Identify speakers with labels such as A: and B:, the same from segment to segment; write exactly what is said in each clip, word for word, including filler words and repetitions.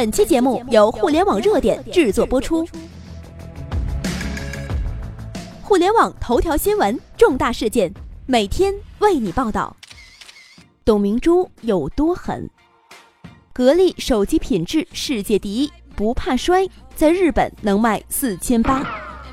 A: 本期节目由互联网热点制作播出。互联网头条新闻，重大事件，每天为你报道。董明珠有多狠？格力手机品质世界第一，不怕摔，在日本能卖四千八。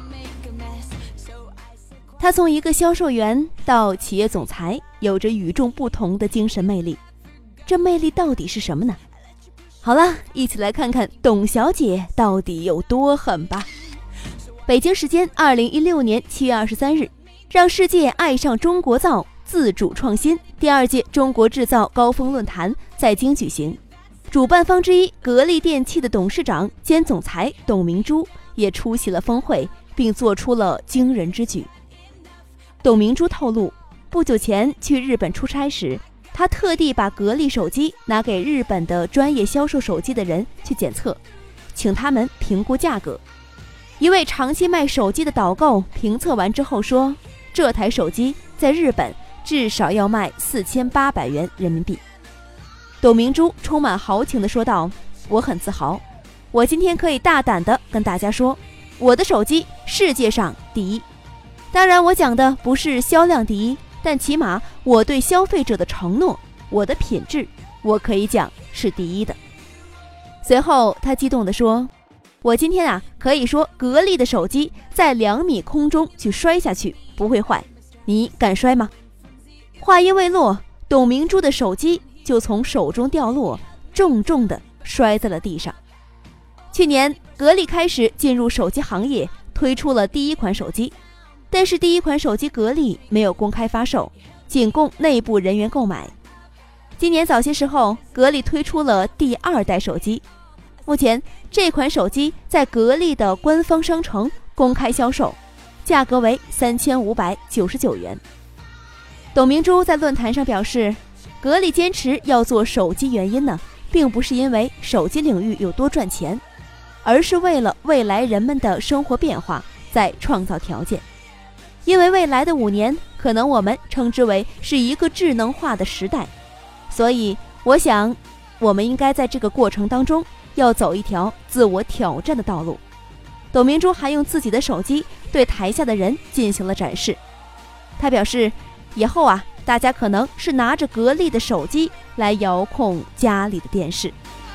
A: 他从一个销售员到企业总裁，有着与众不同的精神魅力。这魅力到底是什么呢？好了，一起来看看董小姐到底有多狠吧。北京时间二零一六年七月二十三日，让世界爱上中国造，自主创新第二届中国制造高峰论坛在京举行。主办方之一格力电器的董事长兼总裁董明珠也出席了峰会，并做出了惊人之举。董明珠透露，不久前去日本出差时，他特地把格力手机拿给日本的专业销售手机的人去检测，请他们评估价格。一位长期卖手机的导购评测完之后说，这台手机在日本至少要卖四千八百元人民币。董明珠充满豪情地说道，我很自豪，我今天可以大胆地跟大家说，我的手机世界上第一。当然我讲的不是销量第一，但起码我对消费者的承诺，我的品质，我可以讲是第一的。随后他激动地说，我今天啊可以说格力的手机在两米空中去摔下去不会坏，你敢摔吗？话音未落，董明珠的手机就从手中掉落，重重地摔在了地上。去年格力开始进入手机行业，推出了第一款手机，但是第一款手机格力没有公开发售，仅供内部人员购买。今年早些时候，格力推出了第二代手机，目前这款手机在格力的官方商城公开销售，价格为三千五百九十九元。董明珠在论坛上表示，格力坚持要做手机原因呢，并不是因为手机领域有多赚钱，而是为了未来人们的生活变化在创造条件。因为未来的五年，可能我们称之为是一个智能化的时代，所以我想我们应该在这个过程当中要走一条自我挑战的道路。董明珠还用自己的手机对台下的人进行了展示。他表示，以后啊，大家可能是拿着格力的手机来遥控家里的电视。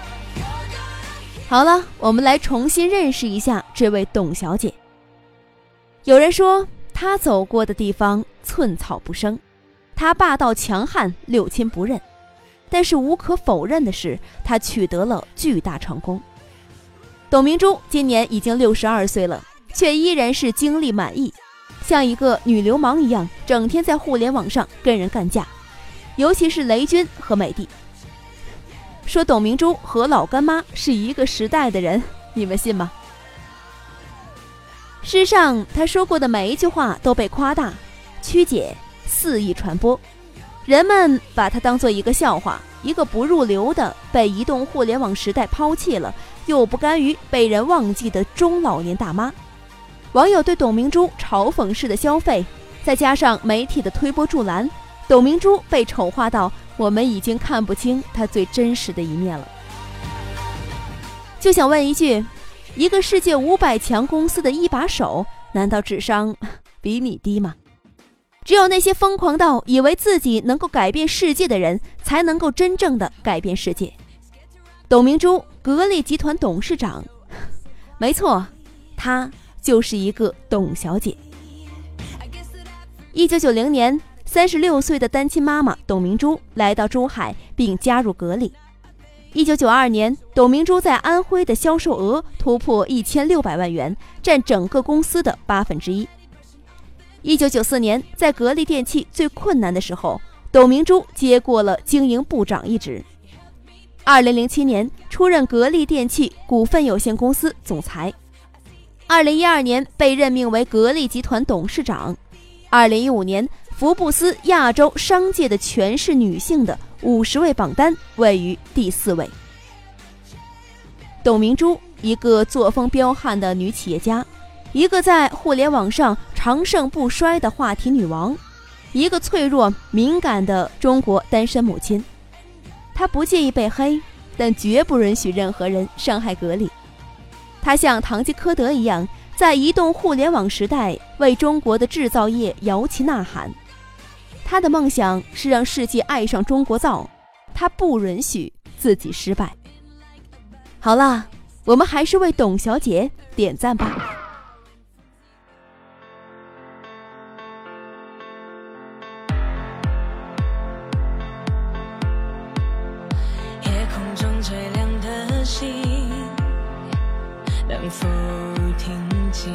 A: 好了，我们来重新认识一下这位董小姐。有人说，她走过的地方寸草不生，她霸道强悍，六亲不认。但是无可否认的是，她取得了巨大成功。董明珠今年已经六十二岁了，却依然是精力满溢，像一个女流氓一样，整天在互联网上跟人干架，尤其是雷军和美的。说董明珠和老干妈是一个时代的人，你们信吗？事实上，他说过的每一句话都被夸大、曲解、肆意传播，人们把他当作一个笑话，一个不入流的被移动互联网时代抛弃了又不甘于被人忘记的中老年大妈。网友对董明珠嘲讽式的消费，再加上媒体的推波助澜，董明珠被丑化到我们已经看不清她最真实的一面了。就想问一句，一个世界五百强公司的一把手，难道智商比你低吗？只有那些疯狂到以为自己能够改变世界的人，才能够真正的改变世界。董明珠，格力集团董事长，没错，她就是一个董小姐。一九九零年，三十六岁的单亲妈妈董明珠来到珠海并加入格力。一九九二年，董明珠在安徽的销售额突破一千六百万元，占整个公司的八分之一。一九九四年，在格力电器最困难的时候，董明珠接过了经营部长一职。二零零七年，出任格力电器股份有限公司总裁。二零一二年，被任命为格力集团董事长。二零一五年，福布斯亚洲商界的全是女性的五十位榜单位于第四位。董明珠，一个作风彪悍的女企业家，一个在互联网上长盛不衰的话题女王，一个脆弱敏感的中国单身母亲。她不介意被黑， 但绝不允许任何人伤害格里。他像堂吉诃德一样，在移动互联网时代为中国的制造业摇旗呐喊。他的梦想是让世界爱上中国造，他不允许自己失败。好啦，我们还是为董小姐点赞吧。
B: 夜空中最亮的星，能否听清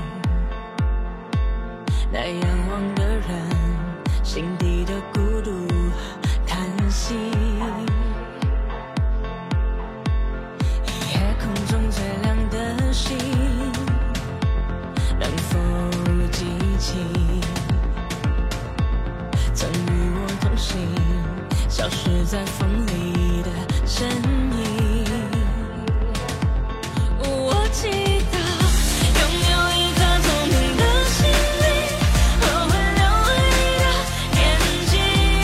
B: 那仰望的人心底的孤独叹息？夜空中最亮的星，能否记起曾与我同行，消失在风里的身影？我祈祷拥有一颗聪明的心灵和会流泪的眼睛，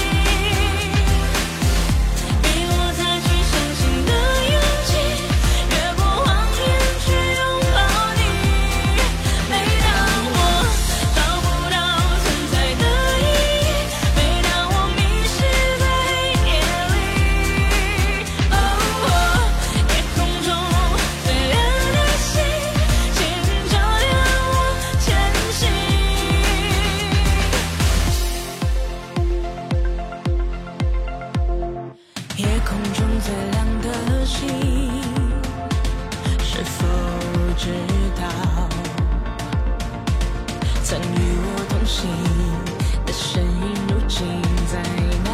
B: 给我采取相信的勇气，越过谎言去拥抱你。每当我找不到存在的意义，每当我迷失在黑夜里，哦哦，夜空中最亮的星，请照亮我前行。夜空中最亮的星，是否知道曾与我同行的身影，如今在哪